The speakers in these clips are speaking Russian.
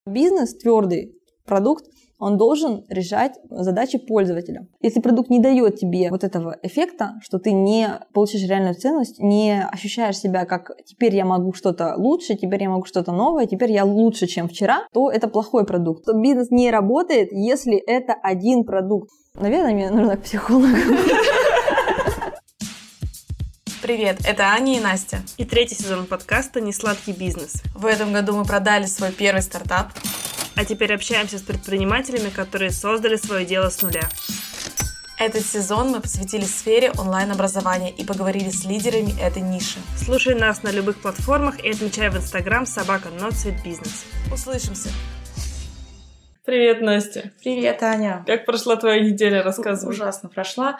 Бизнес, твердый продукт, он должен решать задачи пользователя. Если продукт не дает тебе вот этого эффекта, что ты не получишь реальную ценность, не ощущаешь себя как «теперь я могу что-то лучше, теперь я могу что-то новое, теперь я лучше, чем вчера», то это плохой продукт. Бизнес не работает, если это один продукт. Наверное, мне нужно к психологу. Привет, это Аня и Настя. И 3-й сезон подкаста «Несладкий бизнес». В этом году мы продали свой первый стартап. А теперь общаемся с предпринимателями, которые создали свое дело с нуля. Этот сезон мы посвятили сфере онлайн-образования и поговорили с лидерами этой ниши. Слушай нас на любых платформах и отмечай в Instagram @NotSweetBusiness. Услышимся! Привет, Настя. Привет, Аня. Как прошла твоя неделя? Рассказывай. Ужасно прошла.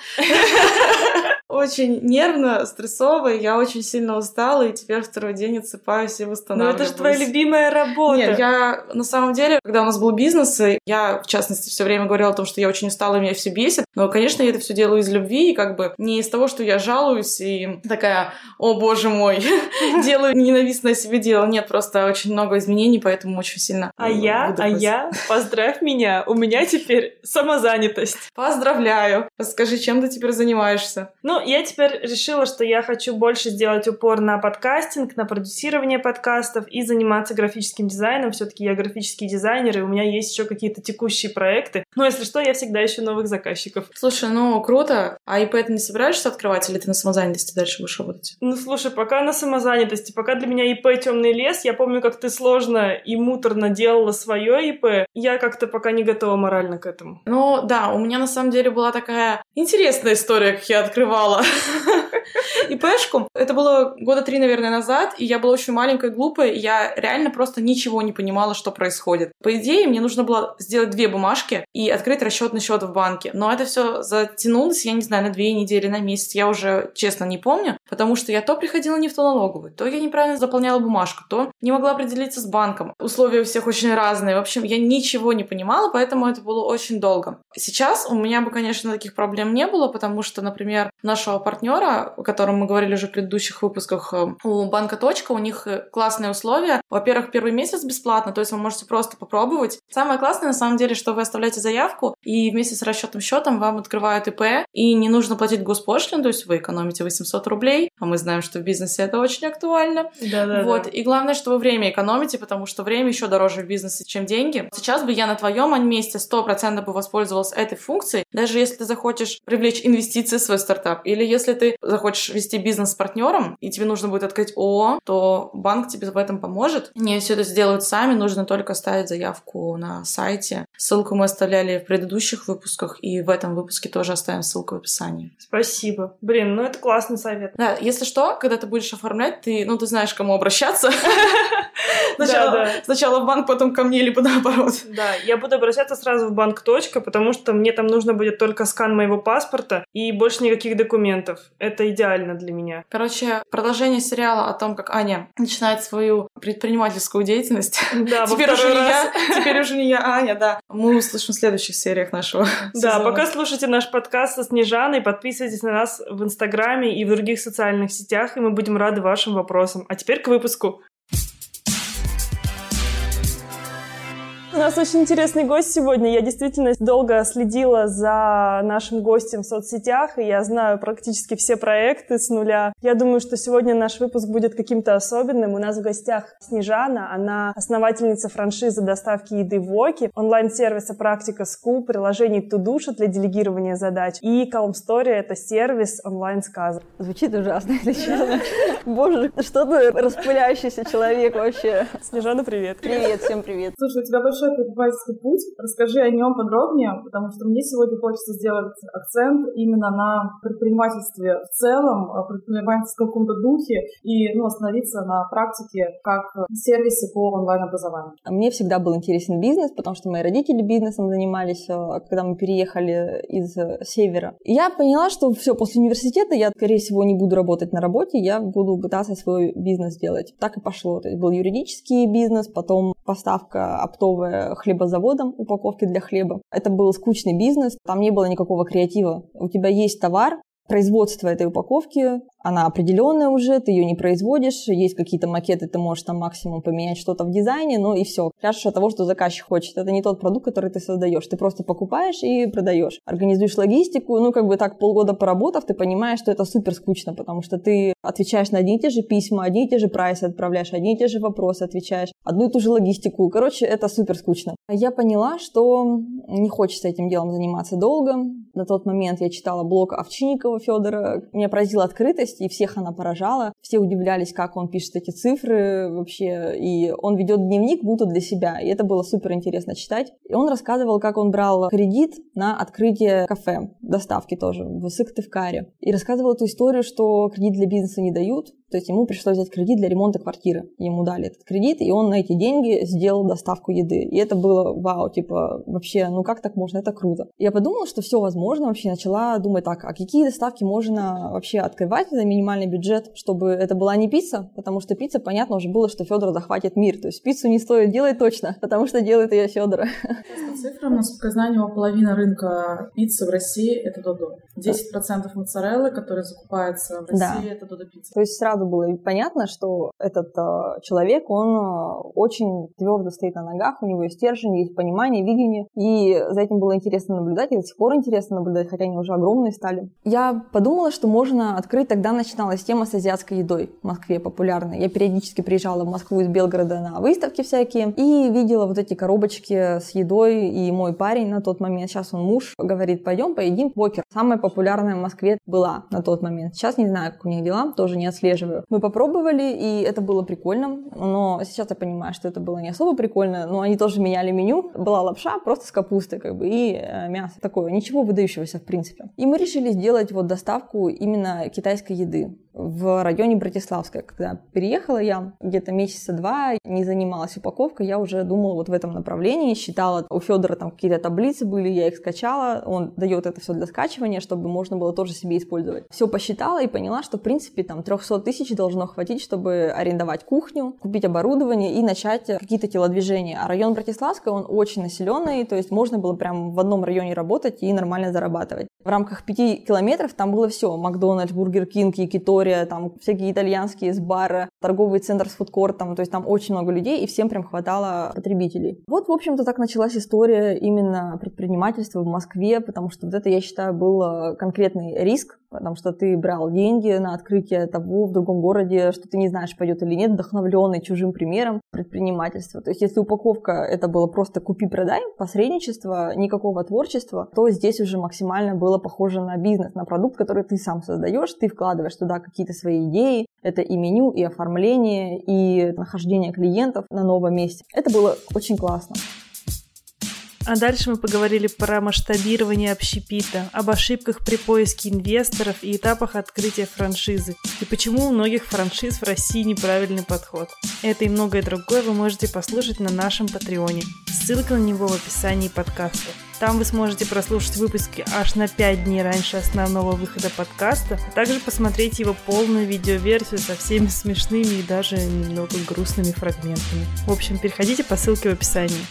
Очень нервно, стрессово, я очень сильно устала, и теперь второй день отсыпаюсь и восстанавливаюсь. Но это же твоя любимая работа. Нет, я на самом деле, когда у нас был бизнес, я, в частности, все время говорила о том, что я очень устала, и меня все бесит. Но, конечно, я это все делаю из любви, и как бы не из того, что я жалуюсь и такая: о боже мой, делаю ненавистное себе дело. Нет, просто очень много изменений, поэтому очень сильно я, поздравь меня, у меня теперь самозанятость. Поздравляю. Расскажи, чем ты теперь занимаешься? Я теперь решила, что я хочу больше сделать упор на подкастинг, на продюсирование подкастов и заниматься графическим дизайном. Все-таки я графический дизайнер, и у меня есть еще какие-то текущие проекты. Но если что, я всегда ищу новых заказчиков. Слушай, круто. А ИП ты не собираешься открывать, или ты на самозанятости дальше будешь работать? Слушай, пока на самозанятости, пока для меня ИП «Темный лес». Я помню, как ты сложно и муторно делала свое ИП. Я как-то пока не готова морально к этому. Да, у меня на самом деле была такая интересная история, как я открывала ИПшку. Это было 3 года, наверное, назад, и я была очень маленькая, глупая, и я реально просто ничего не понимала, что происходит. По идее, мне нужно было сделать 2 бумажки и открыть расчетный счет в банке. Но это все затянулось, я не знаю, на 2 недели, на месяц. Я уже, честно, не помню, потому что я то приходила не в ту налоговую, то я неправильно заполняла бумажку, то не могла определиться с банком. Условия у всех очень разные. В общем, я ничего не понимала, поэтому это было очень долго. Сейчас у меня бы, конечно, таких проблем не было, потому что, например, нашего партнера, о котором мы говорили уже в предыдущих выпусках, у банка «Точка», у них классные условия. Во-первых, первый месяц бесплатно, то есть вы можете просто попробовать. Самое классное, на самом деле, что вы оставляете заявку, и вместе с расчетным счетом вам открывают ИП, и не нужно платить госпошлину, то есть вы экономите 800 рублей, а мы знаем, что в бизнесе это очень актуально. Да. И главное, что вы время экономите, потому что время еще дороже в бизнесе, чем деньги. Сейчас бы я на твоем месте 100% бы воспользовалась этой функцией, даже если ты захочешь привлечь инвестиции в свой стартап, или если ты захочешь вести бизнес с партнером, и тебе нужно будет открыть ООО, то банк тебе в этом поможет. Они все это сделают сами, нужно только оставить заявку на сайте. Ссылку мы оставляли в предыдущих выпусках, и в этом выпуске тоже оставим ссылку в описании. Спасибо. Это классный совет. Да, если что, когда ты будешь оформлять, ты знаешь, к кому обращаться. Сначала в банк, потом ко мне, либо наоборот. Да, я буду обращаться сразу в банк «Точка», потому что мне там нужно будет только скан моего паспорта и больше никаких документов. Это идеально для меня. Короче, продолжение сериала о том, как Аня начинает свою предпринимательскую деятельность. Да, теперь уже не я, Аня, да. Мы услышим в следующих сериях нашего сезона. Да, пока слушайте наш подкаст со Снежаной, подписывайтесь на нас в Инстаграме и в других социальных сетях, и мы будем рады вашим вопросам. А теперь к выпуску. У нас очень интересный гость сегодня. Я действительно долго следила за нашим гостем в соцсетях, и я знаю практически все проекты с нуля. Я думаю, что сегодня наш выпуск будет каким-то особенным. У нас в гостях Снежана. Она основательница франшизы доставки еды Воки, онлайн-сервиса «Практика School», приложений Тудуша для делегирования задач, и Calm Story — это сервис онлайн-сказок. Звучит ужасно, если честно. Боже, что ты распыляющийся человек вообще. Снежана, привет. Привет, всем привет. Слушай, у тебя большой предпринимательский путь. Расскажи о нем подробнее, потому что мне сегодня хочется сделать акцент именно на предпринимательстве в целом, о предпринимательском каком-то духе и остановиться на практике как сервисе по онлайн-образованию. Мне всегда был интересен бизнес, потому что мои родители бизнесом занимались, когда мы переехали из севера. И я поняла, что все, после университета я, скорее всего, не буду работать на работе, я буду пытаться свой бизнес делать. Так и пошло. То есть был юридический бизнес, потом поставка оптовая хлебозаводом, упаковки для хлеба. Это был скучный бизнес, там не было никакого креатива. У тебя есть товар, производство этой упаковки, она определенная уже, ты ее не производишь, есть какие-то макеты, ты можешь там максимум поменять что-то в дизайне, ну и все. Пляшешь от того, что заказчик хочет. Это не тот продукт, который ты создаешь. Ты просто покупаешь и продаешь. Организуешь логистику, ну как бы так полгода поработав, ты понимаешь, что это супер скучно, потому что ты отвечаешь на одни и те же письма, одни и те же прайсы отправляешь, одни и те же вопросы отвечаешь, одну и ту же логистику. Короче, это супер скучно. Я поняла, что не хочется этим делом заниматься долго. На тот момент я читала блог Овчинникова Федора. Меня поразила открытость, и всех она поражала. Все удивлялись, как он пишет эти цифры вообще. И он ведет дневник будто для себя. И это было супер интересно читать. И он рассказывал, как он брал кредит на открытие кафе, доставки тоже, в Сыктывкаре. И рассказывал эту историю, что кредит для бизнеса не дают. То есть ему пришлось взять кредит для ремонта квартиры. Ему дали этот кредит, и он на эти деньги сделал доставку еды. И это было вау, типа, вообще, ну как так можно? Это круто. Я подумала, что все возможно, вообще начала думать так, а какие доставки можно вообще открывать за минимальный бюджет, чтобы это была не пицца, потому что пицца, понятно, уже было, что Федор захватит мир. То есть пиццу не стоит делать точно, потому что делает ее Федор. По цифрам, насколько я знаю, половина рынка пиццы в России – это Додо. 10% моцареллы, которая закупается в России, это Додо пицца. То есть сразу было понятно, что этот человек, он очень твердо стоит на ногах, у него есть стержень, есть понимание, видение, и за этим было интересно наблюдать, и до сих пор интересно наблюдать, хотя они уже огромные стали. Я подумала, что можно открыть, тогда начиналась тема с азиатской едой в Москве популярной. Я периодически приезжала в Москву из Белгорода на выставки всякие и видела вот эти коробочки с едой, и мой парень на тот момент, сейчас он муж, говорит, пойдем поедим покер. Самая популярная в Москве была на тот момент. Сейчас не знаю, как у них дела, тоже не отслеживаю. Мы попробовали, и это было прикольно, но сейчас я понимаю, что это было не особо прикольно, но они тоже меняли меню. Была лапша просто с капустой, как бы, и мясо такое, ничего выдающегося в принципе. И мы решили сделать вот доставку именно китайской еды в районе Братиславска. Когда переехала я, где-то месяца 2, не занималась упаковкой, я уже думала вот в этом направлении, считала, у Федора там какие-то таблицы были, я их скачала, он дает это все для скачивания, чтобы можно было тоже себе использовать. Все посчитала и поняла, что в принципе там 300 тысяч должно хватить, чтобы арендовать кухню, купить оборудование и начать какие-то телодвижения. А район Братиславска, он очень населенный, то есть можно было прям в одном районе работать и нормально зарабатывать. В рамках 5 километров там было все: Макдональдс, Бургер Кинг, Якитория, там всякие итальянские бары, торговый центр с фудкортом, то есть там очень много людей, и всем прям хватало потребителей. Вот, в общем-то, так началась история именно предпринимательства в Москве, потому что вот это, я считаю, был конкретный риск, потому что ты брал деньги на открытие того в другом городе, что ты не знаешь, пойдет или нет, вдохновленный чужим примером предпринимательства. То есть если упаковка это было просто купи-продай, посредничество, никакого творчества, то здесь уже максимально было похоже на бизнес, на продукт, который ты сам создаешь, ты вкладываешь туда какие-то свои идеи, это и меню, и оформление, и нахождение клиентов на новом месте. Это было очень классно. А дальше мы поговорили про масштабирование общепита, об ошибках при поиске инвесторов и этапах открытия франшизы, и почему у многих франшиз в России неправильный подход. Это и многое другое вы можете послушать на нашем Патреоне. Ссылка на него в описании подкаста. Там вы сможете прослушать выпуски аж на 5 дней раньше основного выхода подкаста, а также посмотреть его полную видеоверсию со всеми смешными и даже немного грустными фрагментами. В общем, переходите по ссылке в описании.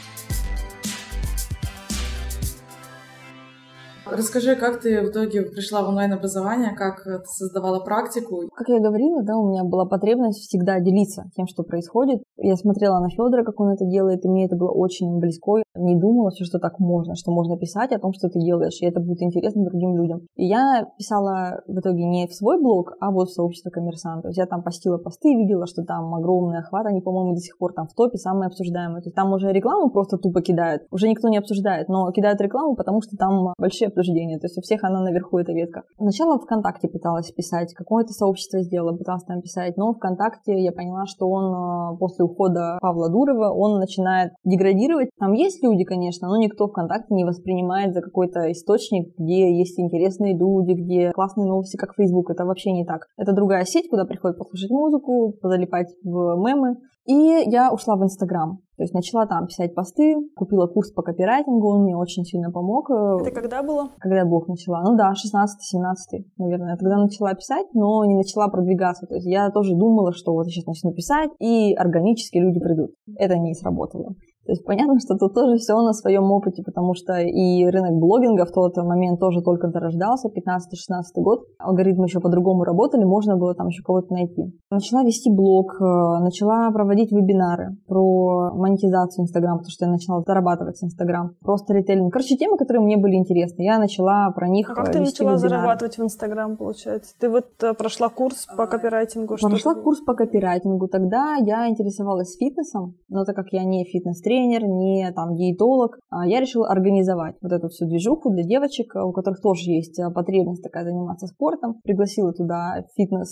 Расскажи, как ты в итоге пришла в онлайн-образование, как ты создавала практику? Как я говорила, да, у меня была потребность всегда делиться тем, что происходит. Я смотрела на Федора, как он это делает, и мне это было очень близко. Не думала, что так можно, что можно писать о том, что ты делаешь, и это будет интересно другим людям. И я писала в итоге не в свой блог, а вот в сообщество коммерсантов. То есть я там постила посты, видела, что там огромный охват, они, по-моему, до сих пор там в топе, самые обсуждаемые. То есть там уже рекламу просто тупо кидают, уже никто не обсуждает, но кидают рекламу, потому что там большие обсуждения. То есть у всех она наверху, эта ветка. Сначала ВКонтакте пыталась писать, какое-то сообщество сделала, пыталась там писать, но ВКонтакте я поняла, что он после ухода Павла Дурова, он начинает деградировать. Там есть люди, конечно, но никто ВКонтакте не воспринимает за какой-то источник, где есть интересные люди, где классные новости, как Facebook. Это вообще не так. Это другая сеть, куда приходят послушать музыку, позалипать в мемы. И я ушла в Инстаграм. То есть начала там писать посты, купила курс по копирайтингу, он мне очень сильно помог. Это когда было? Когда я блог начала. Ну да, 16-17, наверное. Тогда начала писать, но не начала продвигаться. То есть я тоже думала, что вот я сейчас начну писать, и органически люди придут. Это не сработало. То То есть понятно, что тут тоже все на своем опыте, потому что и рынок блогинга в тот момент тоже только зарождался, 15-16 год. Алгоритмы еще по-другому работали, можно было там еще кого-то найти. Начала вести блог, начала проводить вебинары про монетизацию Инстаграм, потому что я начала зарабатывать с Инстаграм, про сторителлинг. Короче, темы, которые мне были интересны. Я начала про них вести вебинары. Как ты начала зарабатывать в Инстаграм, получается? Ты вот прошла курс по копирайтингу? Прошла курс по копирайтингу. Тогда я интересовалась фитнесом, но так как я не фитнес-тренер, не там диетолог, я решила организовать вот эту всю движуху для девочек, у которых тоже есть потребность такая заниматься спортом. Пригласила туда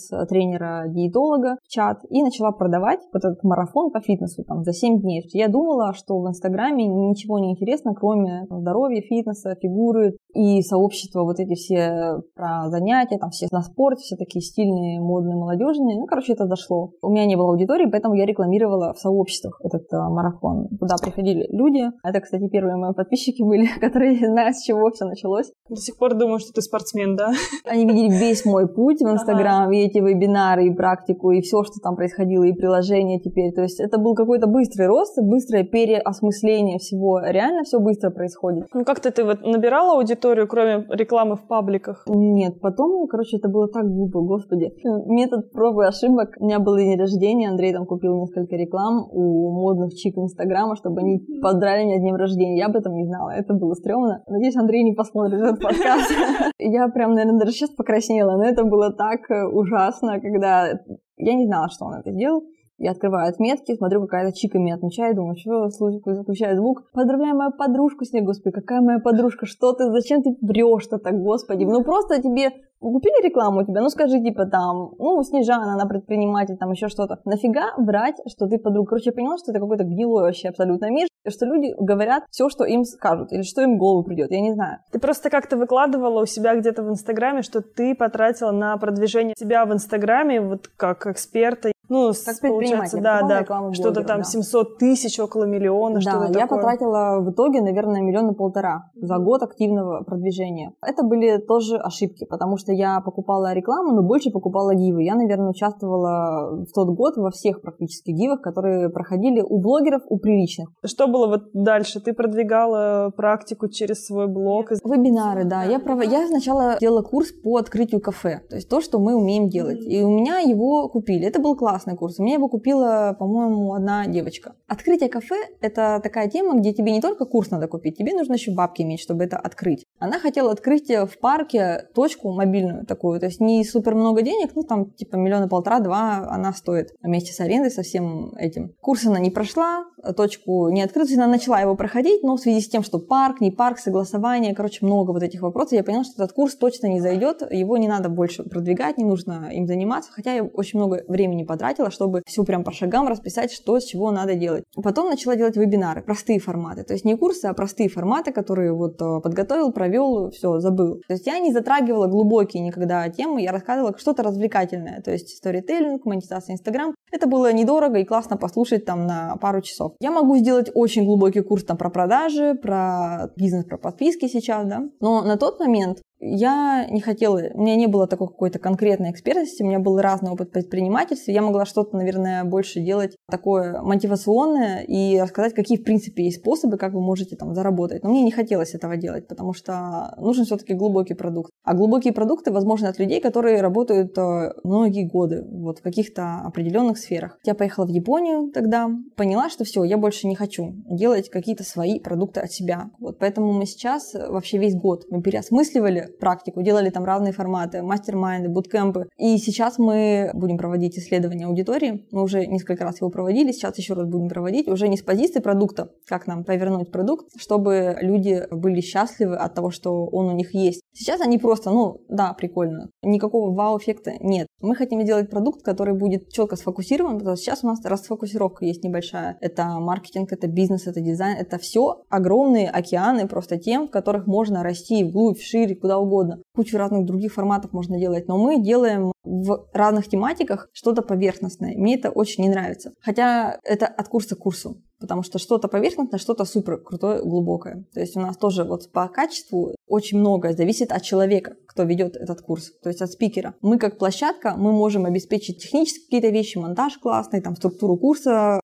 фитнес-тренера-диетолога в чат и начала продавать вот этот марафон по фитнесу там за 7 дней. Я думала, что в Инстаграме ничего не интересно, кроме здоровья, фитнеса, фигуры и сообщества, вот эти все про занятия, там все на спорте, все такие стильные, модные, молодежные. Ну, короче, это зашло. У меня не было аудитории, поэтому я рекламировала в сообществах этот марафон. Туда приходили люди. Это, кстати, первые мои подписчики были, которые знают, с чего все началось. До сих пор думаю, что ты спортсмен, да? Они видели весь мой путь в Инстаграм, и эти вебинары, и практику, и все, что там происходило, и приложения теперь. То есть это был какой-то быстрый рост, быстрое переосмысление всего. Реально все быстро происходит. Ну как-то ты вот набирала аудиторию, кроме рекламы в пабликах? Нет, потом, короче, это было так глупо, господи. Метод проб и ошибок. У меня был день рождения, Андрей там купил несколько реклам у модных чик Инстаграма, чтобы они поздравили меня с днем рождения. Я об этом не знала, это было стрёмно. Надеюсь, Андрей не посмотрит этот подкаст. Я прям, наверное, даже сейчас покраснела, но это было так ужасно, когда я не знала, что он это сделал. Я открываю отметки, смотрю, какая-то чика меня отмечает, думаю, что включаю звук. Поздравляю мою подружку с ней, господи, какая моя подружка, что ты, зачем ты врешь-то так, господи? Ну просто тебе купили рекламу у тебя, ну скажи, типа там, ну Снежана, она предприниматель, там еще что-то. Нафига врать, что ты подруга? Короче, я поняла, что это какой-то гнилой вообще абсолютно мир, что люди говорят все, что им скажут, или что им в голову придет, я не знаю. Ты просто как-то выкладывала у себя где-то в Инстаграме, что ты потратила на продвижение себя в Инстаграме, вот как эксперта. Ну, как получается, да, что-то там 700 тысяч, около миллиона, что-то такое. Да, я потратила в итоге, наверное, 1,5 миллиона за год активного продвижения. Это были тоже ошибки, потому что я покупала рекламу, но больше покупала гивы. Я, наверное, участвовала в тот год во всех практически гивах, которые проходили у блогеров, у приличных. Что было вот дальше? Ты продвигала практику через свой блог? Вебинары, да. Я сначала делала курс по открытию кафе, то есть то, что мы умеем делать. И у меня его купили. Это был классный курс. У меня его купила, по-моему, одна девочка. Открытие кафе – это такая тема, где тебе не только курс надо купить, тебе нужно еще бабки иметь, чтобы это открыть. Она хотела открыть в парке точку мобильную такую, то есть не супер много денег, ну там типа 1,5 миллиона, 1,5-2 она стоит вместе с арендой, со всем этим. Курс она не прошла, точку не открыла, она начала его проходить, но в связи с тем, что парк, не парк, согласование, короче, много вот этих вопросов, я поняла, что этот курс точно не зайдет, его не надо больше продвигать, не нужно им заниматься, хотя я очень много времени потратила, чтобы все прям по шагам расписать, что с чего надо делать. Потом начала делать вебинары, простые форматы, то есть не курсы, а простые форматы, которые вот подготовил, провел, все, забыл. То есть я не затрагивала глубокие никогда темы, я рассказывала что-то развлекательное, то есть сторителлинг, монетизация Инстаграм. Это было недорого и классно послушать там на пару часов. Я могу сделать очень глубокий курс там про продажи, про бизнес, про подписки сейчас, да. Но на тот момент я не хотела, у меня не было такой какой-то конкретной экспертности, у меня был разный опыт предпринимательства, я могла что-то, наверное, больше делать такое мотивационное и рассказать, какие, в принципе, есть способы, как вы можете там заработать. Но мне не хотелось этого делать, потому что нужен все-таки глубокий продукт. А глубокие продукты возможны от людей, которые работают многие годы вот в каких-то определенных сферах. Я поехала в Японию тогда, поняла, что все, я больше не хочу делать какие-то свои продукты от себя. Вот поэтому мы сейчас вообще весь год мы переосмысливали практику, делали там разные форматы, мастер-майнды, буткемпы. И сейчас мы будем проводить исследование аудитории. Мы уже несколько раз его проводили, сейчас еще раз будем проводить. Уже не с позиции продукта, как нам повернуть продукт, чтобы люди были счастливы от того, что он у них есть. Сейчас они просто, да, прикольно. Никакого вау-эффекта нет. Мы хотим сделать продукт, который будет четко сфокусирован, потому что сейчас у нас расфокусировка есть небольшая. Это маркетинг, это бизнес, это дизайн, это все огромные океаны просто тем, в которых можно расти вглубь, вширь, куда угодно. Кучу разных других форматов можно делать, но мы делаем в разных тематиках что-то поверхностное. Мне это очень не нравится. Хотя это от курса к курсу. Потому что что-то поверхностное, что-то супер крутое, глубокое. То есть у нас тоже вот по качеству очень многое зависит от человека, кто ведет этот курс, то есть от спикера. Мы как площадка, мы можем обеспечить технические какие-то вещи, монтаж классный, там структуру курса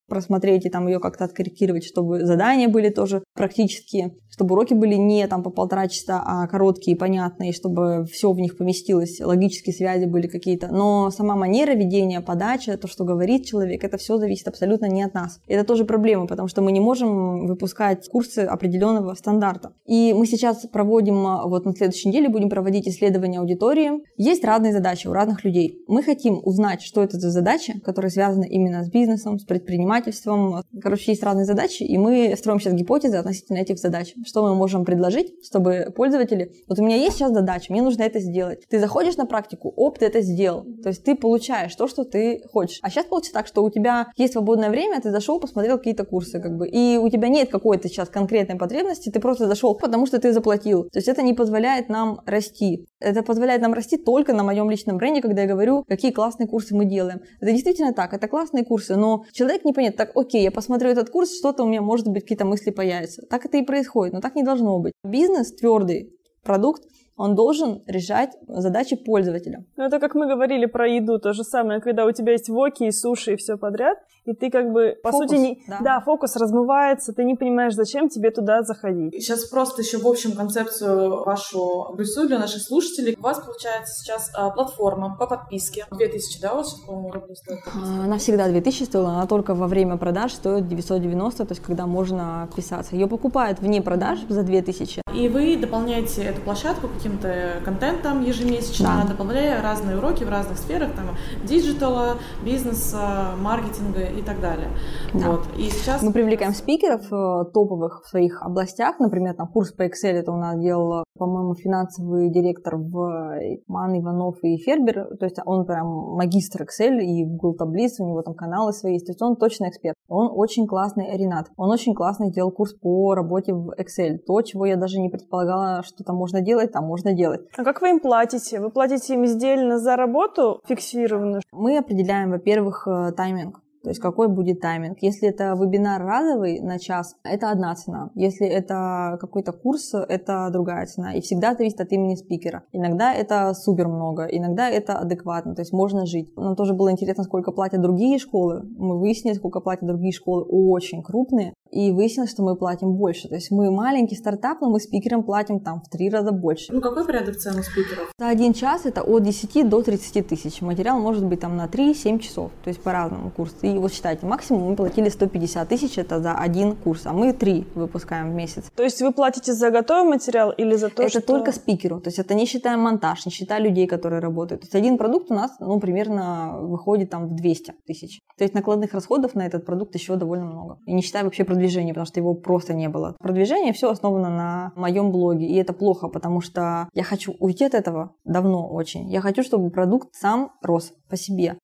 просмотреть и там ее как-то откорректировать, чтобы задания были тоже практические, чтобы уроки были не там по 1,5 часа, а короткие, понятные, чтобы все в них поместилось, логические связи были какие-то. Но сама манера ведения, подача, то, что говорит человек, это все зависит абсолютно не от нас. Это тоже проблема, потому что мы не можем выпускать курсы определенного стандарта. И мы сейчас проводим, вот на следующей неделе будем проводить исследования аудитории. Есть разные задачи у разных людей. Мы хотим узнать, что это за задачи, которые связаны именно с бизнесом, с предпринимательством. Короче, есть разные задачи, и мы строим сейчас гипотезы относительно этих задач. Что мы можем предложить, чтобы пользователи... Вот у меня есть сейчас задача, мне нужно это сделать. Ты заходишь на практику, ты это сделал. То есть ты получаешь то, что ты хочешь. А сейчас получится так, что у тебя есть свободное время, ты зашел, посмотрел какие-то курсы, и у тебя нет какой-то сейчас конкретной потребности, ты просто зашел, потому что ты заплатил. То есть это не позволяет нам расти. Это позволяет нам расти только на моем личном бренде, когда я говорю, какие классные курсы мы делаем. Это действительно так, это классные курсы, но человек не понят, так, окей, я посмотрю этот курс, что-то у меня, может быть, какие-то мысли появятся. Так это и происходит, но так не должно быть. Бизнес, твердый продукт, он должен решать задачи пользователя. Ну, это как мы говорили про еду, то же самое, когда у тебя есть воки и суши и все подряд, и ты как бы, по фокус, сути, да, фокус размывается, ты не понимаешь, зачем тебе туда заходить. Сейчас просто еще в общем концепцию вашу обрисую для наших слушателей. У вас получается сейчас платформа по подписке. 2000, да, вот сейчас, по-моему, рублей стоит подписка? Она всегда 2000 стоила, она только во время продаж стоит 990, то есть когда можно вписаться. Ее покупают вне продаж за 2000. И вы дополняете эту площадку каким-то контентом ежемесячно, да, добавляя разные уроки в разных сферах, там, диджитала, бизнеса, маркетинга и так далее. Да. Вот. И сейчас... Мы привлекаем спикеров топовых в своих областях, например, там курс по Excel, это у нас делал, по-моему, финансовый директор в Ман, Иванов и Фербер, то есть он прям магистр Excel и Google таблиц, у него там каналы свои есть, то есть он точно эксперт. Он очень классный Ренат, он очень классный делал курс по работе в Excel, то, чего я даже не предполагала, что там можно делать, там можно делать. А как вы им платите? Вы платите им издельно за работу фиксированную? Мы определяем, во-первых, тайминг. То есть какой будет тайминг. Если это вебинар разовый на час, это одна цена. Если это какой-то курс, это другая цена. И всегда зависит от имени спикера. Иногда это супер много, иногда это адекватно, то есть можно жить. Нам тоже было интересно, сколько платят другие школы. Мы выяснили, сколько платят другие школы, очень крупные. И выяснилось, что мы платим больше. То есть мы маленький стартап, но мы спикерам платим там в 3 раза больше. Ну, какой порядок цен у спикеров? За 1 час это от 10 до 30 тысяч. Материал может быть там на 3-7 часов. То есть по-разному курс. И вот считайте, максимум мы платили 150 тысяч, это за 1 курс, а мы 3 выпускаем в месяц. То есть вы платите за готовый материал или за то, это что... Это только спикеру. То есть это не считая монтаж, не считая людей, которые работают. То есть один продукт у нас, примерно выходит там в 200 тысяч. То есть накладных расходов на этот продукт еще довольно много. И не считая вообще продвижения, потому что его просто не было. Продвижение все основано на моем блоге, и это плохо, потому что я хочу уйти от этого давно очень. Я хочу, чтобы продукт сам рос по себе.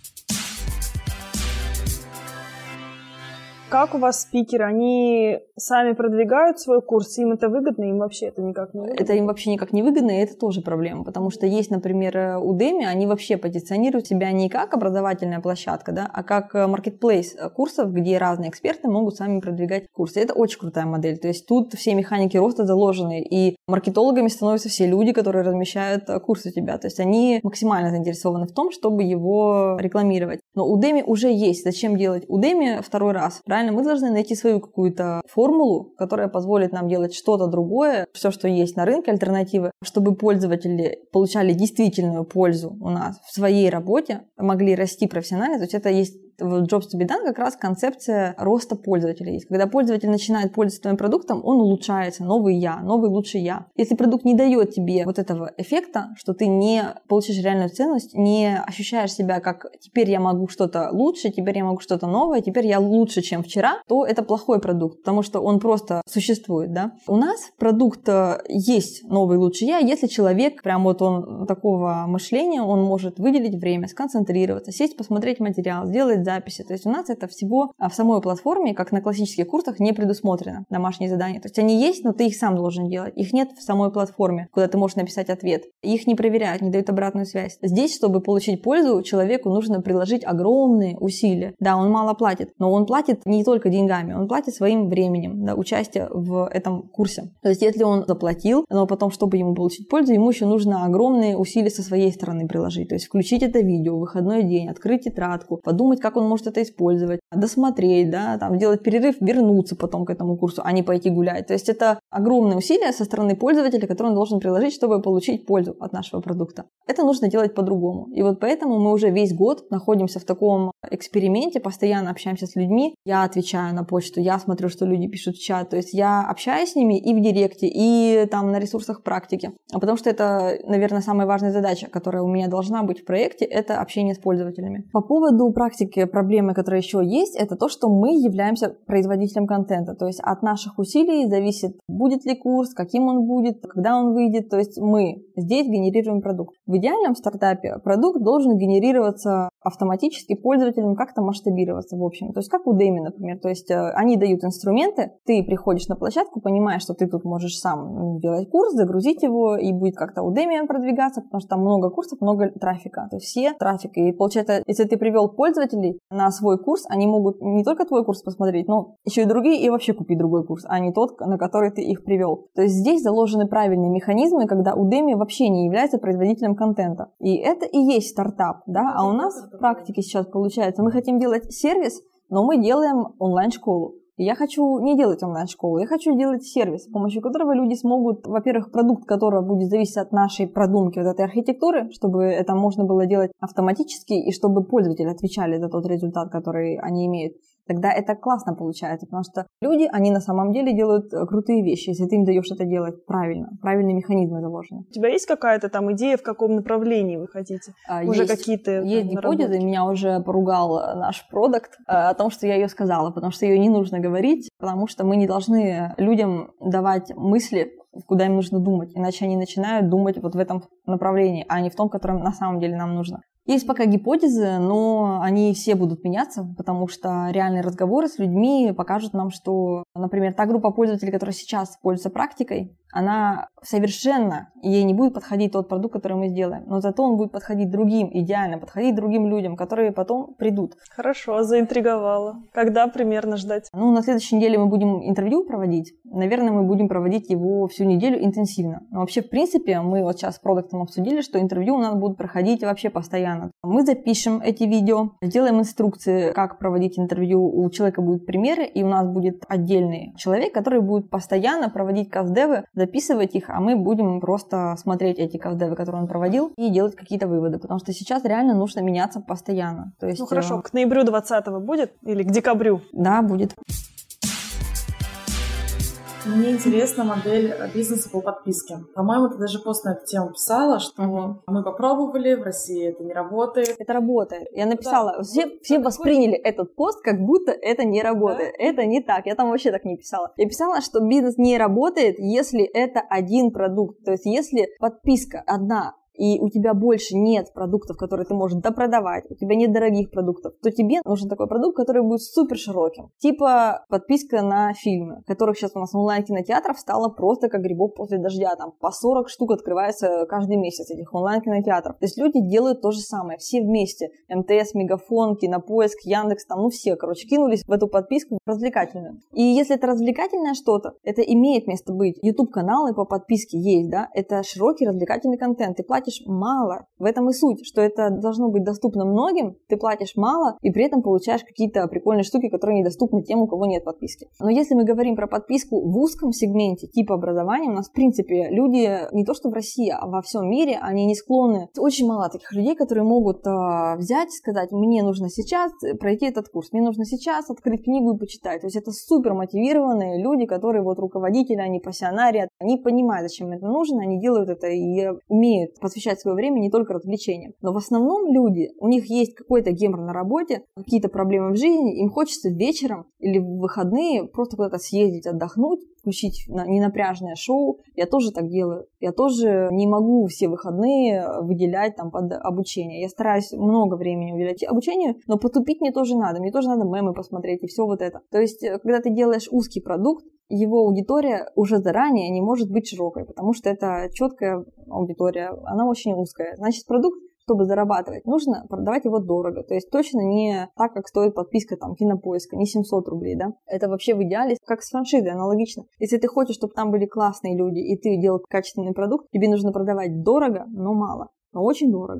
Как у вас спикеры? Они сами продвигают свой курс? Им это выгодно? Им вообще это никак не выгодно? Это им вообще никак не выгодно, и это тоже проблема. Потому что есть, например, Udemy, они вообще позиционируют себя не как образовательная площадка, да, а как маркетплейс курсов, где разные эксперты могут сами продвигать курсы. Это очень крутая модель. То есть тут все механики роста заложены, и маркетологами становятся все люди, которые размещают курсы у тебя. То есть они максимально заинтересованы в том, чтобы его рекламировать. Но Udemy уже есть. Зачем делать Udemy второй раз? Правильно? Мы должны найти свою какую-то формулу, которая позволит нам делать что-то другое, все, что есть на рынке, альтернативы, чтобы пользователи получали действительную пользу у нас в своей работе, могли расти профессионально. То есть это есть в Jobs to be done как раз концепция роста пользователя есть. Когда пользователь начинает пользоваться твоим продуктом, он улучшается, новый лучший я. Если продукт не дает тебе вот этого эффекта, что ты не получишь реальную ценность, не ощущаешь себя как теперь я могу что-то лучше, теперь я могу что-то новое, теперь я лучше, чем вчера, то это плохой продукт, потому что он просто существует, да. У нас продукт есть новый лучший я, если человек, прям вот он такого мышления, он может выделить время, сконцентрироваться, сесть, посмотреть материал, сделать записи. То есть у нас это всего в самой платформе, как на классических курсах, не предусмотрено, домашние задания. То есть они есть, но ты их сам должен делать. Их нет в самой платформе, куда ты можешь написать ответ. Их не проверяют, не дают обратную связь. Здесь, чтобы получить пользу, человеку нужно приложить огромные усилия. Да, он мало платит, но он платит не только деньгами, он платит своим временем, да, участие в этом курсе. То есть если он заплатил, но потом, чтобы ему получить пользу, ему еще нужно огромные усилия со своей стороны приложить. То есть включить это видео в выходной день, открыть тетрадку, подумать, как как он может это использовать, досмотреть, да, там, делать перерыв, вернуться потом к этому курсу, а не пойти гулять. То есть это огромные усилия со стороны пользователя, которые он должен приложить, чтобы получить пользу от нашего продукта. Это нужно делать по-другому. И вот поэтому мы уже весь год находимся в таком эксперименте, постоянно общаемся с людьми. Я отвечаю на почту, я смотрю, что люди пишут в чат. То есть я общаюсь с ними и в директе, и там на ресурсах практики. Потому что это, наверное, самая важная задача, которая у меня должна быть в проекте, это общение с пользователями. По поводу практики проблемы, которая еще есть, это то, что мы являемся производителем контента. То есть от наших усилий зависит, будет ли курс, каким он будет, когда он выйдет. То есть мы здесь генерируем продукт. В идеальном стартапе продукт должен генерироваться автоматически пользователям, как-то масштабироваться в общем. То есть как у Udemy, например. То есть они дают инструменты, ты приходишь на площадку, понимаешь, что ты тут можешь сам делать курс, загрузить его, и будет как-то Udemy продвигаться, потому что там много курсов, много трафика. То есть все трафик. И получается, если ты привел пользователей на свой курс, они могут не только твой курс посмотреть, но еще и другие, и вообще купить другой курс, а не тот, на который ты их привел. То есть здесь заложены правильные механизмы, когда Udemy вообще не является производителем контента. И это и есть стартап, да, а у нас в практике сейчас получается, мы хотим делать сервис, но мы делаем онлайн-школу. И я хочу не делать онлайн-школу, я хочу делать сервис, с помощью которого люди смогут, во-первых, продукт, который будет зависеть от нашей продумки, от этой архитектуры, чтобы это можно было делать автоматически, и чтобы пользователи отвечали за тот результат, который они имеют. Тогда это классно получается, потому что люди, они на самом деле делают крутые вещи, если ты им даешь это делать правильно, правильные механизмы заложены. У тебя есть какая-то там идея, в каком направлении вы хотите? Уже какие-то есть гипотезы, меня уже поругал наш продакт о том, что я ее сказала, потому что ее не нужно говорить, потому что мы не должны людям давать мысли, куда им нужно думать, иначе они начинают думать вот в этом направлении, а не в том, котором на самом деле нам нужно. Есть пока гипотезы, но они все будут меняться, потому что реальные разговоры с людьми покажут нам, что, например, та группа пользователей, которая сейчас пользуется практикой, она совершенно, ей не будет подходить тот продукт, который мы сделаем, но зато он будет подходить другим, идеально подходить другим людям, которые потом придут. Хорошо, заинтриговала. Когда примерно ждать? На следующей неделе мы будем интервью проводить. Наверное, мы будем проводить его всю неделю интенсивно. Но вообще, в принципе, мы вот сейчас с продуктом обсудили, что интервью у нас будут проходить вообще постоянно. Мы запишем эти видео, сделаем инструкции, как проводить интервью. У человека будут примеры, и у нас будет отдельный человек, который будет постоянно проводить каст-девы, записывать их, а мы будем просто смотреть эти каст-девы, которые он проводил, и делать какие-то выводы, потому что сейчас реально нужно меняться постоянно. То есть, хорошо, к ноябрю 2020-го будет или к декабрю? Да, будет. Мне интересна модель бизнеса по подписке. По-моему, ты даже пост на эту тему писала, что мы попробовали, в России это не работает. Это работает. Я написала, все восприняли этот пост, как будто это не работает. Да? Это не так. Я там вообще так не писала. Я писала, что бизнес не работает, если это один продукт. То есть, если подписка одна, и у тебя больше нет продуктов, которые ты можешь допродавать, у тебя нет дорогих продуктов, то тебе нужен такой продукт, который будет супер широким. Типа подписка на фильмы, которых сейчас у нас онлайн-кинотеатров стало просто как грибов после дождя. Там по 40 штук открывается каждый месяц этих онлайн-кинотеатров. То есть люди делают то же самое, все вместе. МТС, Мегафон, Кинопоиск, Яндекс, там, все, кинулись в эту подписку развлекательную. И если это развлекательное что-то, это имеет место быть. YouTube-каналы по подписке есть, да, это широкий развлекательный контент. Ты платишь мало. В этом и суть, что это должно быть доступно многим, ты платишь мало и при этом получаешь какие-то прикольные штуки, которые недоступны тем, у кого нет подписки. Но если мы говорим про подписку в узком сегменте типа образования, у нас в принципе люди не то что в России, а во всем мире, они не склонны. Очень мало таких людей, которые могут взять и сказать, мне нужно сейчас пройти этот курс, мне нужно сейчас открыть книгу и почитать. То есть это супер мотивированные люди, которые вот руководители, они пассионарии, они понимают, зачем это нужно, они делают это и умеют посвящать свое время не только развлечениям. Но в основном люди, у них есть какой-то гемор на работе, какие-то проблемы в жизни, им хочется вечером или в выходные просто куда-то съездить, отдохнуть, включить ненапряжное шоу. Я тоже так делаю. Я тоже не могу все выходные выделять там под обучение. Я стараюсь много времени уделять обучению, но потупить мне тоже надо. Мне тоже надо мемы посмотреть и все вот это. То есть, когда ты делаешь узкий продукт, его аудитория уже заранее не может быть широкой, потому что это четкая аудитория, она очень узкая. Значит, продукт, чтобы зарабатывать, нужно продавать его дорого. То есть точно не так, как стоит подписка там Кинопоиска, не 700 рублей, да. Это вообще в идеале как с франшизой, аналогично. Если ты хочешь, чтобы там были классные люди, и ты делал качественный продукт, тебе нужно продавать дорого, но мало, но очень дорого.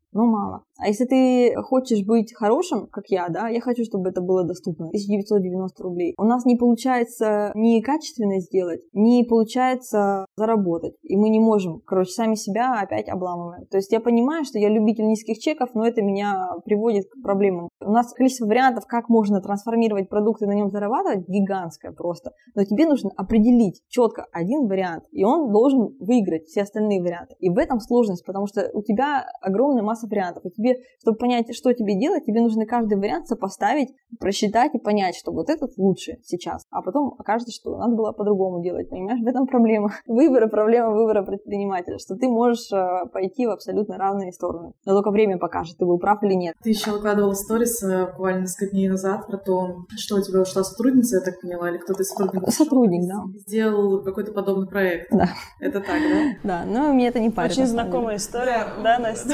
но мало. А если ты хочешь быть хорошим, как я, да, я хочу, чтобы это было доступно. 1990 рублей. У нас не получается ни качественно сделать, не получается заработать. И мы не можем, сами себя опять обламываем. То есть я понимаю, что я любитель низких чеков, но это меня приводит к проблемам. У нас количество вариантов, как можно трансформировать продукт и на нем зарабатывать, гигантское просто. Но тебе нужно определить четко один вариант, и он должен выиграть все остальные варианты. И в этом сложность, потому что у тебя огромная масса вариантов. И тебе, чтобы понять, что тебе делать, тебе нужно каждый вариант сопоставить, просчитать и понять, что вот этот лучше сейчас. А потом окажется, что надо было по-другому делать. Понимаешь, в этом проблема. Проблема выбора предпринимателя, что ты можешь пойти в абсолютно разные стороны. Но только время покажет, ты был прав или нет. Ты еще выкладывала сторис буквально несколько дней назад про то, что у тебя ушла сотрудница, я так поняла, или кто-то из сотрудников Сотрудник, да. Сделал какой-то подобный проект. Да. Это так, да? Да, но мне это не парит. Очень знакомая история, да, Настя?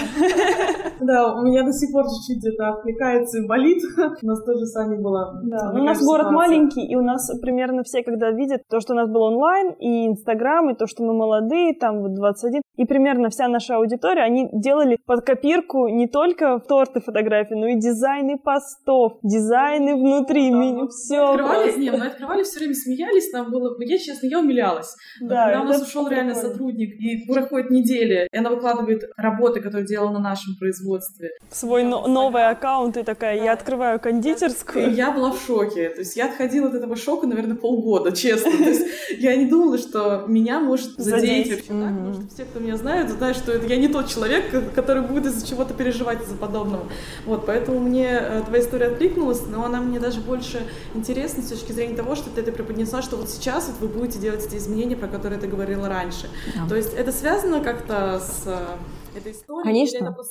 Да, у меня до сих пор чуть-чуть это отвлекается и болит. У нас тоже с вами была. Да, у нас город маленький, и у нас примерно все, когда видят то, что у нас был онлайн, и Инстаграм, и то, что мы молодые, там вот 21, и примерно вся наша аудитория, они делали под копирку не только торты, фотографии, но и дизайны постов, дизайны внутри, все. Открывали, все время смеялись, там было, я умилялась. Да, когда у нас ушел реально сотрудник, и проходит неделя, и она выкладывает работы, которые делала на нашем производстве. Свой новый аккаунт, и такая, я открываю кондитерскую. И я была в шоке. То есть я отходила от этого шока, наверное, полгода, честно. То есть я не думала, что меня может задеть вообще так, потому что все, кто меня знают, знают, что это я не тот человек, который будет из-за чего-то переживать из-за подобного. Вот, поэтому мне твоя история откликнулась, но она мне даже больше интересна с точки зрения того, что ты это преподнесла, что вот сейчас вот вы будете делать эти изменения, про которые ты говорила раньше. Да. То есть это связано как-то с этой историей?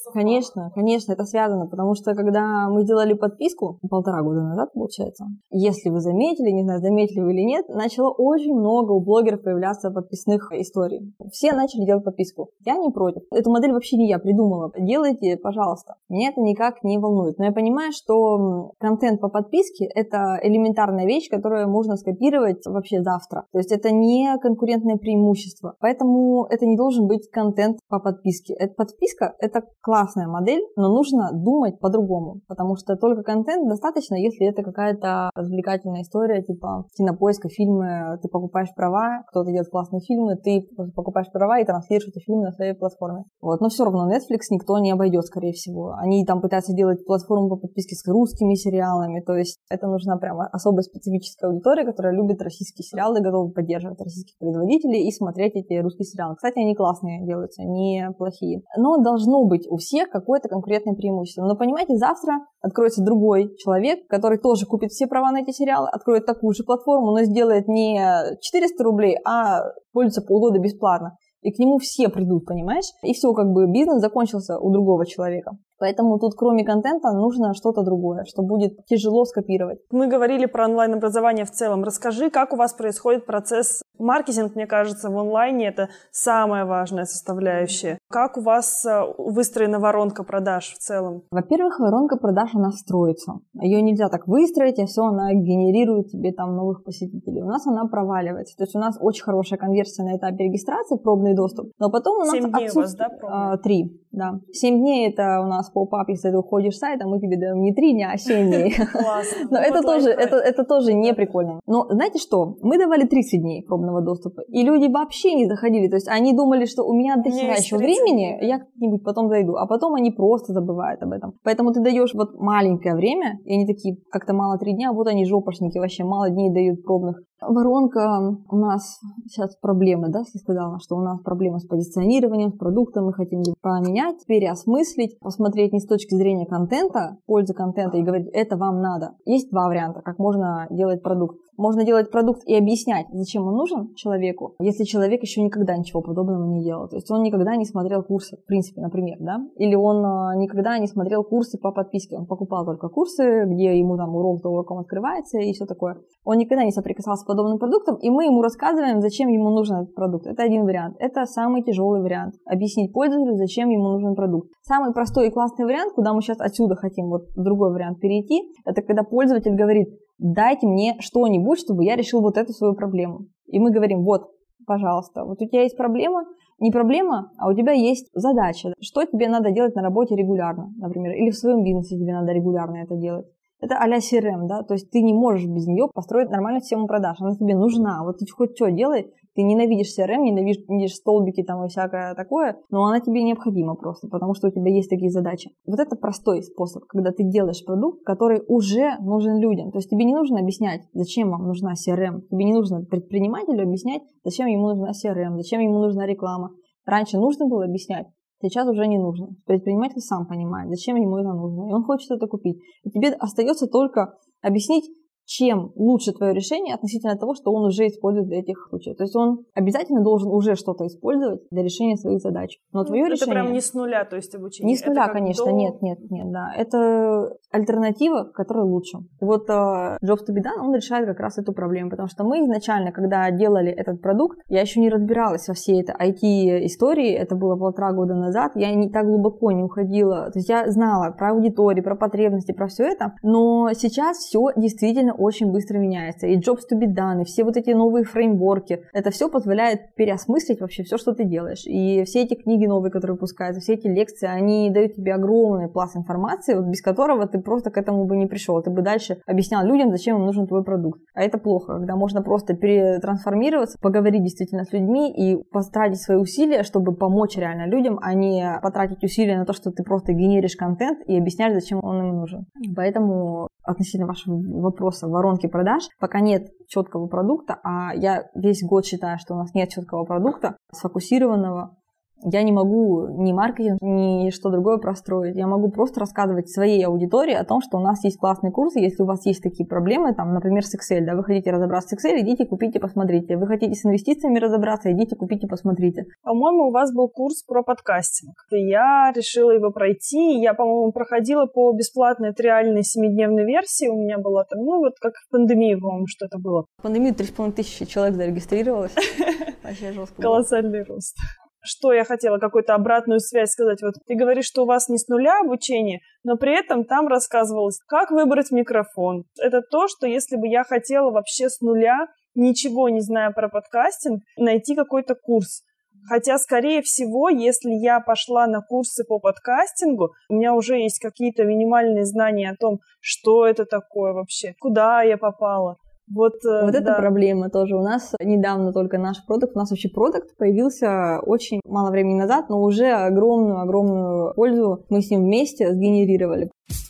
Конечно, это связано, потому что когда мы делали подписку 1,5 года назад, получается, если вы заметили, не знаю, заметили вы или нет, начало очень много у блогеров появляться подписных историй. Все начали делать подписку. Я не против. Эту модель вообще не я придумала. Делайте, пожалуйста. Меня это никак не волнует. Но я понимаю, что контент по подписке — это элементарная вещь, которую можно скопировать вообще завтра. То есть это не конкурентное преимущество. Поэтому это не должен быть контент по подписке. Подписка — это классная модель, но нужно думать по-другому, потому что только контент достаточно, если это какая-то развлекательная история, типа Кинопоиска, фильмы, ты покупаешь права, кто-то делает классные фильмы, ты покупаешь права и транслируешь эти фильмы на своей платформе. Вот. Но все равно Netflix никто не обойдет, скорее всего. Они там пытаются делать платформу по подписке с русскими сериалами, то есть это нужна прямо особая специфическая аудитория, которая любит российские сериалы, готова поддерживать российских производителей и смотреть эти русские сериалы. Кстати, они классные делаются, не плохие. Но должно быть у всех какое-то конкурентное преимущество. Но понимаете, завтра откроется другой человек, который тоже купит все права на эти сериалы, откроет такую же платформу, но сделает не 400 рублей, а пользуется полгода бесплатно. И к нему все придут, понимаешь? И все, как бы бизнес закончился у другого человека. Поэтому тут кроме контента нужно что-то другое, что будет тяжело скопировать. Мы говорили про онлайн-образование в целом. Расскажи, как у вас происходит процесс маркетинг, мне кажется, в онлайне это самая важная составляющая. Как у вас выстроена воронка продаж в целом? Во-первых, воронка продаж, она строится. Ее нельзя так выстроить, и все, она генерирует тебе там новых посетителей. У нас она проваливается. То есть у нас очень хорошая конверсия на этапе регистрации, пробный доступ. Но потом у нас 7 дней у вас, да, пробный? 3, да. 7 дней это у нас поп-ап, если ты уходишь с сайта, мы тебе даем не 3 дня, а 7 дней. Классно. Но это тоже не прикольно. Но знаете что? Мы давали 30 дней пробного доступа, и люди вообще не заходили. То есть они думали, что у меня дохера еще времени, я как-нибудь потом зайду. А потом они просто забывают об этом. Поэтому ты даешь вот маленькое время, и они такие, как-то мало 3 дня, вот они жопошники вообще, мало дней дают пробных. Воронка у нас сейчас проблемы, да, я сказала, что у нас проблемы с позиционированием, с продуктом, мы хотим его поменять, переосмыслить, посмотреть не с точки зрения контента, пользы контента и говорить, это вам надо. Есть 2 варианта, как можно делать продукт. Можно делать продукт и объяснять, зачем он нужен человеку, если человек еще никогда ничего подобного не делал. То есть он никогда не смотрел курсы, в принципе, например, да, или он никогда не смотрел курсы по подписке, он покупал только курсы, где ему там урок за уроком открывается и все такое. Он никогда не соприкасался с подобным продуктом, и мы ему рассказываем, зачем ему нужен этот продукт. Это один вариант. Это самый тяжелый вариант. Объяснить пользователю, зачем ему нужен продукт. Самый простой и классный вариант, куда мы сейчас отсюда хотим вот в другой вариант перейти, это когда пользователь говорит, дайте мне что-нибудь, чтобы я решил вот эту свою проблему. И мы говорим, вот, пожалуйста, вот у тебя есть проблема, не проблема, а у тебя есть задача. Что тебе надо делать на работе регулярно, например, или в своем бизнесе тебе надо регулярно это делать. Это а-ля CRM, да, то есть ты не можешь без нее построить нормальную систему продаж, она тебе нужна, вот ты хоть что делай, ты ненавидишь CRM, ненавидишь столбики там и всякое такое, но она тебе необходима просто, потому что у тебя есть такие задачи. Вот это простой способ, когда ты делаешь продукт, который уже нужен людям, то есть тебе не нужно объяснять, зачем вам нужна CRM, тебе не нужно предпринимателю объяснять, зачем ему нужна CRM, зачем ему нужна реклама. Раньше нужно было объяснять, сейчас уже не нужно. Предприниматель сам понимает, зачем ему это нужно, и он хочет это купить. И тебе остается только объяснить, чем лучше твое решение относительно того, что он уже использует для этих случаев. То есть он обязательно должен уже что-то использовать для решения своих задач. Но твое решение... Это прям не с нуля, то есть обучение? Не с нуля, конечно, нет, да. Это альтернатива, которая лучше. И вот Jobs to be done, он решает как раз эту проблему, потому что мы изначально, когда делали этот продукт, я еще не разбиралась во всей этой IT-истории, это было 1,5 года назад, я не так глубоко не уходила, то есть я знала про аудиторию, про потребности, про все это, но сейчас все действительно очень быстро меняется. И Jobs to be done, и все вот эти новые фреймворки, это все позволяет переосмыслить вообще все, что ты делаешь. И все эти книги новые, которые выпускаются, все эти лекции, они дают тебе огромный пласт информации, вот без которого ты просто к этому бы не пришел. Ты бы дальше объяснял людям, зачем им нужен твой продукт. А это плохо, когда можно просто перетрансформироваться, поговорить действительно с людьми и потратить свои усилия, чтобы помочь реально людям, а не потратить усилия на то, что ты просто генеришь контент и объясняешь, зачем он им нужен. Поэтому относительно вашего вопроса воронки продаж, пока нет четкого продукта, а я весь год считаю, что у нас нет четкого продукта, сфокусированного, я не могу ни маркетинг, ни что другое простроить. Я могу просто рассказывать своей аудитории о том, что у нас есть классные курсы, если у вас есть такие проблемы, там, например, с Excel, да, вы хотите разобраться с Excel, идите, купите, посмотрите. Вы хотите с инвестициями разобраться, идите, купите, посмотрите. По-моему, у вас был курс про подкастинг. И я решила его пройти. Я, по-моему, проходила по бесплатной триальной 7-дневной версии. У меня была там, ну, вот как в пандемии, по-моему, что-то было. В пандемию 3500 человек зарегистрировалось. Вообще жестко. Колоссальный рост. Что я хотела, какую-то обратную связь сказать. Вот ты говоришь, что у вас не с нуля обучение, но при этом там рассказывалось, как выбрать микрофон. Это то, что если бы я хотела вообще с нуля, ничего не зная про подкастинг, найти какой-то курс. Хотя, скорее всего, если я пошла на курсы по подкастингу, у меня уже есть какие-то минимальные знания о том, что это такое вообще, куда я попала. Вот да. Это проблема тоже. У нас недавно только наш продукт, у нас вообще продукт появился очень мало времени назад, но уже огромную пользу мы с ним вместе сгенерировали.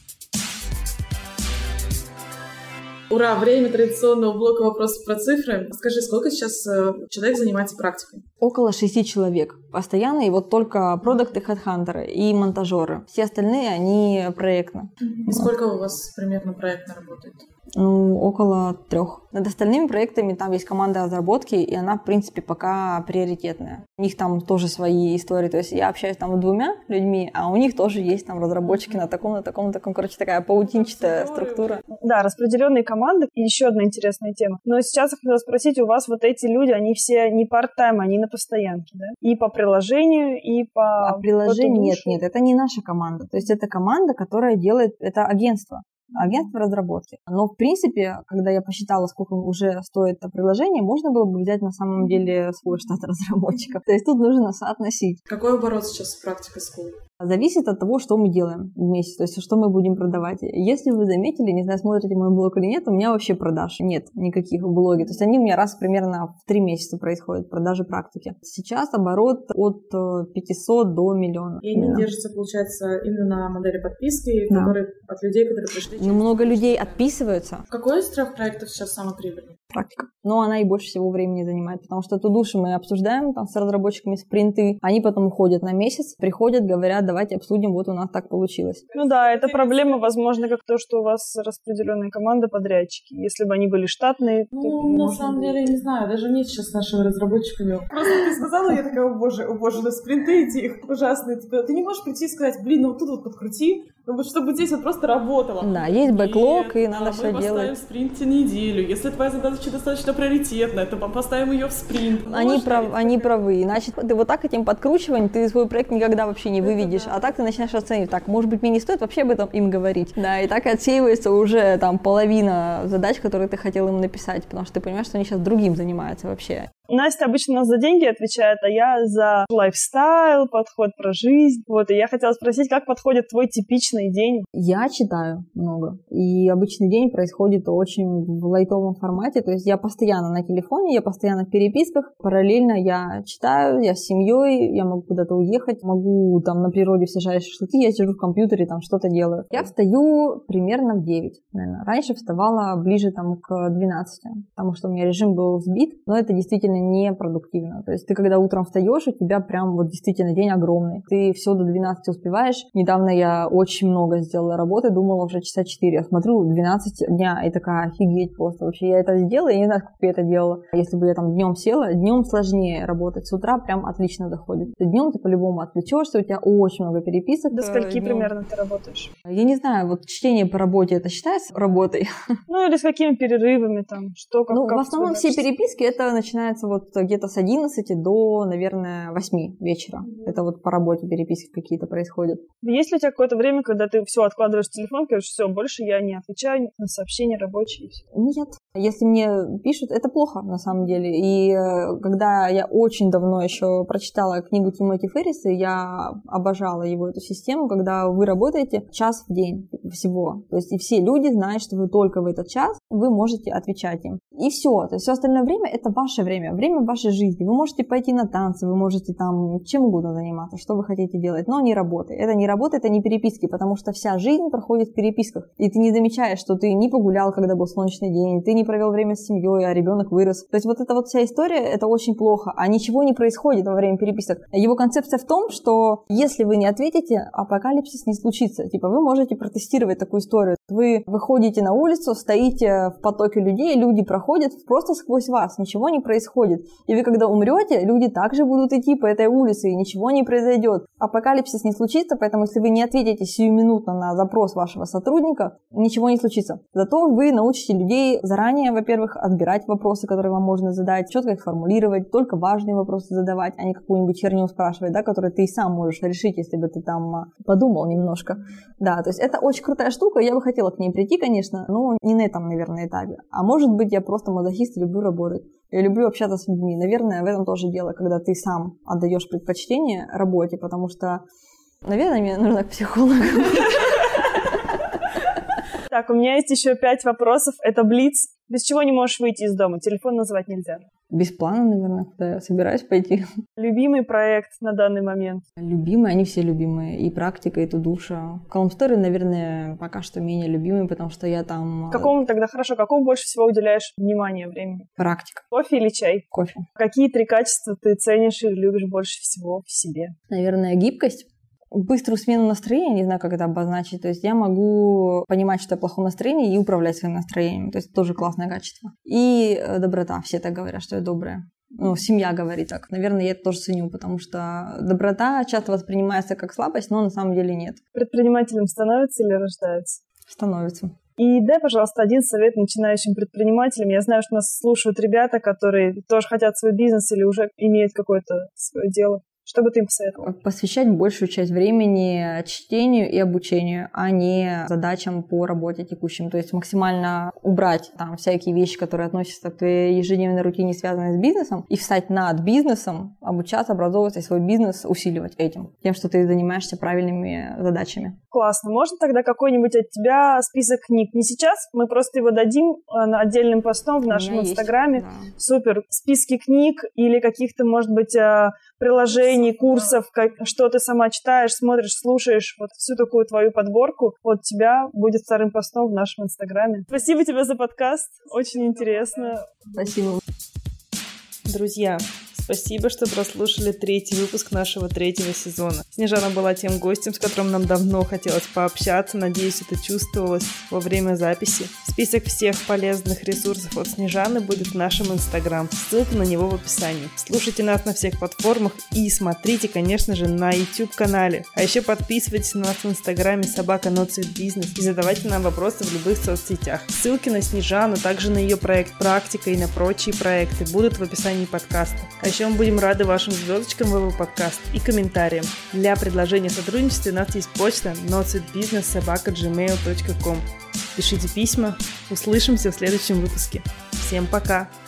Ура, время традиционного блока вопросов про цифры. Скажи, сколько сейчас человек занимается практикой? Около 6 человек постоянно, и вот только продукты, хедхантеры и монтажеры. Все остальные, они проектно. И сколько у вас примерно проектно работает? Ну, около 3. Над остальными проектами там есть команда разработки, и она, в принципе, пока приоритетная. У них там тоже свои истории. То есть я общаюсь там с 2 людьми, а у них тоже есть там разработчики на таком. Короче, такая паутинчатая структура. Да, распределенные команды. И еще одна интересная тема. Но сейчас я хотела спросить, у вас вот эти люди, они все не part-time, они на постоянке, да? И по приложению, и по... А приложению нет, это не наша команда. То есть это команда, которая делает... Это агентство разработки. Но, в принципе, когда я посчитала, сколько уже стоит это приложение, можно было бы взять на самом деле свой штат разработчиков. То есть тут нужно соотносить. Какой оборот сейчас в практике School? Зависит от того, что мы делаем вместе, то есть что мы будем продавать. Если вы заметили, не знаю, смотрите мой блог или нет, у меня вообще продаж нет никаких в блоге. То есть они у меня раз примерно в 3 месяца происходят, продажи практики. Сейчас оборот от 500 до 1 миллиона. И они держатся, получается, именно на модели подписки, которые от людей, которые пришли. Но много людей отписываются. Какой из 3 проектов сейчас самый прибыльный? Практика. Но она и больше всего времени занимает, потому что эту душу мы обсуждаем там с разработчиками спринты, они потом уходят на месяц, приходят, говорят, давайте обсудим, вот у нас так получилось. Ну да, это проблема, возможно, как то, что у вас распределенная команда подрядчики. Если бы они были штатные, то... на самом деле, не знаю, даже нет сейчас с нашими разработчиками. Просто ты сказала, я такая, о боже, на спринты эти их ужасные. Ты не можешь прийти и сказать, блин, ну вот тут вот подкрути, ну вот чтобы здесь вот просто работало. Да, есть бэклог, и надо все делать. Мы поставим в спринте неделю. Если твоя задача достаточно приоритетная, то поставим ее в спринт. Они правы. Иначе ты вот так этим подкручиванием, ты свой проект никогда вообще не выведешь. А так ты начинаешь оценивать. Так, может быть, мне не стоит вообще об этом им говорить. Да, и так отсеивается уже там половина задач, которые ты хотел им написать, потому что ты понимаешь, что они сейчас другим занимаются вообще. Настя обычно у нас за деньги отвечает, а я за лайфстайл, подход про жизнь. Вот, и я хотела спросить, как подходит твой типичный день? Я читаю много, и обычный день происходит очень в лайтовом формате, то есть я постоянно на телефоне, я постоянно в переписках, параллельно я читаю, я с семьей, я могу куда-то уехать, могу там на природе все жарить шашлыки, я сижу в компьютере, там что-то делаю. Я встаю примерно в 9, наверное. Раньше вставала ближе там к 12, потому что у меня режим был сбит, но это действительно непродуктивно. То есть ты когда утром встаешь, у тебя прям вот действительно день огромный. Ты все до 12 успеваешь. Недавно я очень много сделала работы, думала уже часа 4. Я смотрю, 12 дня, и такая, офигеть просто. Вообще я это сделала, я не знаю, как я это делала. Если бы я там днем села, днем сложнее работать. С утра прям отлично доходит. Днем ты по-любому отвлечешься, у тебя очень много переписок. До скольки примерно ты работаешь? Я не знаю, вот чтение по работе это считается работой? Ну или с какими перерывами там? Что, как, в основном все переписки это начинается вот где-то с 11 до, наверное, 8 вечера. Это вот по работе переписки какие-то происходят. Есть ли у тебя какое-то время, когда ты все откладываешь в телефон, говоришь, все, больше я не отвечаю на сообщения рабочие? Нет. Если мне пишут, это плохо на самом деле. И когда я очень давно еще прочитала книгу Тимоти Ферриса, я обожала его эту систему, когда вы работаете час в день всего. То есть и все люди знают, что вы только в этот час вы можете отвечать им. И все. То есть все остальное время это ваше время вашей жизни. Вы можете пойти на танцы, вы можете там чем угодно заниматься, что вы хотите делать, но не работа. Это не работа, это не переписки, потому что вся жизнь проходит в переписках. И ты не замечаешь, что ты не погулял, когда был солнечный день, ты не провел время с семьей, а ребенок вырос. То есть вот эта вот вся история, это очень плохо, а ничего не происходит во время переписок. Его концепция в том, что если вы не ответите, апокалипсис не случится. Типа вы можете протестировать такую историю. Вы выходите на улицу, стоите в потоке людей, люди проходят просто сквозь вас, ничего не происходит. И вы когда умрете, люди также будут идти по этой улице, и ничего не произойдет. Апокалипсис не случится, поэтому если вы не ответите сиюминутно на запрос вашего сотрудника, ничего не случится. Зато вы научите людей заранее, во-первых, отбирать вопросы, которые вам можно задать, четко их формулировать, только важные вопросы задавать, а не какую-нибудь херню спрашивать, да, которую ты и сам можешь решить, если бы ты там подумал немножко. Да, то есть это очень крутая штука, я бы хотела к ней прийти, конечно, но не на этом, наверное, этапе. А может быть, я просто мазохист и люблю работать. Я люблю общаться с людьми. Наверное, в этом тоже дело, когда ты сам отдаешь предпочтение работе, потому что, наверное, мне нужно к психологу. Так, у меня есть еще 5 вопросов. Это блиц. Без чего не можешь выйти из дома? Телефон называть нельзя. Без плана, наверное, куда я собираюсь пойти. Любимый проект на данный момент? Любимые, они все любимые. И практика, и тудуша. Calm Story, наверное, пока что менее любимый, потому что я там... Какому тогда хорошо? Какому больше всего уделяешь внимания, времени? Практика. Кофе или чай? Кофе. Какие 3 качества ты ценишь и любишь больше всего в себе? Наверное, гибкость. Быструю смену настроения, не знаю, как это обозначить. То есть я могу понимать, что я в плохом настроении, и управлять своим настроением. То есть тоже классное качество. И доброта. Все так говорят, что я добрая. Ну, семья говорит так. Наверное, я это тоже ценю, потому что доброта часто воспринимается как слабость, но на самом деле нет. Предпринимателем становится или рождается? Становится. И дай, пожалуйста, один совет начинающим предпринимателям. Я знаю, что нас слушают ребята, которые тоже хотят свой бизнес или уже имеют какое-то свое дело. Что бы ты им посоветовал? Посвящать большую часть времени чтению и обучению, а не задачам по работе текущим. То есть максимально убрать там всякие вещи, которые относятся к твоей ежедневной рутине, связанной с бизнесом, и встать над бизнесом, обучаться, образовываться и свой бизнес усиливать этим, тем, что ты занимаешься правильными задачами. Классно. Можно тогда какой-нибудь от тебя список книг? Не сейчас, мы просто его дадим отдельным постом в нашем Инстаграме. Да. Супер. Списки книг или каких-то, может быть, приложений, курсов, что ты сама читаешь, смотришь, слушаешь, вот всю такую твою подборку от тебя будет вторым постом в нашем Инстаграме. Спасибо тебе за подкаст, очень интересно. Спасибо. Друзья, спасибо, что прослушали 3-й выпуск нашего 3-го сезона. Снежана была тем гостем, с которым нам давно хотелось пообщаться. Надеюсь, это чувствовалось во время записи. Список всех полезных ресурсов от Снежаны будет в нашем Инстаграм. Ссылка на него в описании. Слушайте нас на всех платформах и смотрите, конечно же, на YouTube-канале. А еще подписывайтесь на нас в Инстаграме @NoCitBusiness и задавайте нам вопросы в любых соцсетях. Ссылки на Снежану, также на ее проект «Практика» и на прочие проекты будут в описании подкаста. А еще мы будем рады вашим звездочкам в его подкаст и комментариям. Для предложения сотрудничества у нас есть почта nocitbusiness@gmail.com. Пишите письма. Услышимся в следующем выпуске. Всем пока!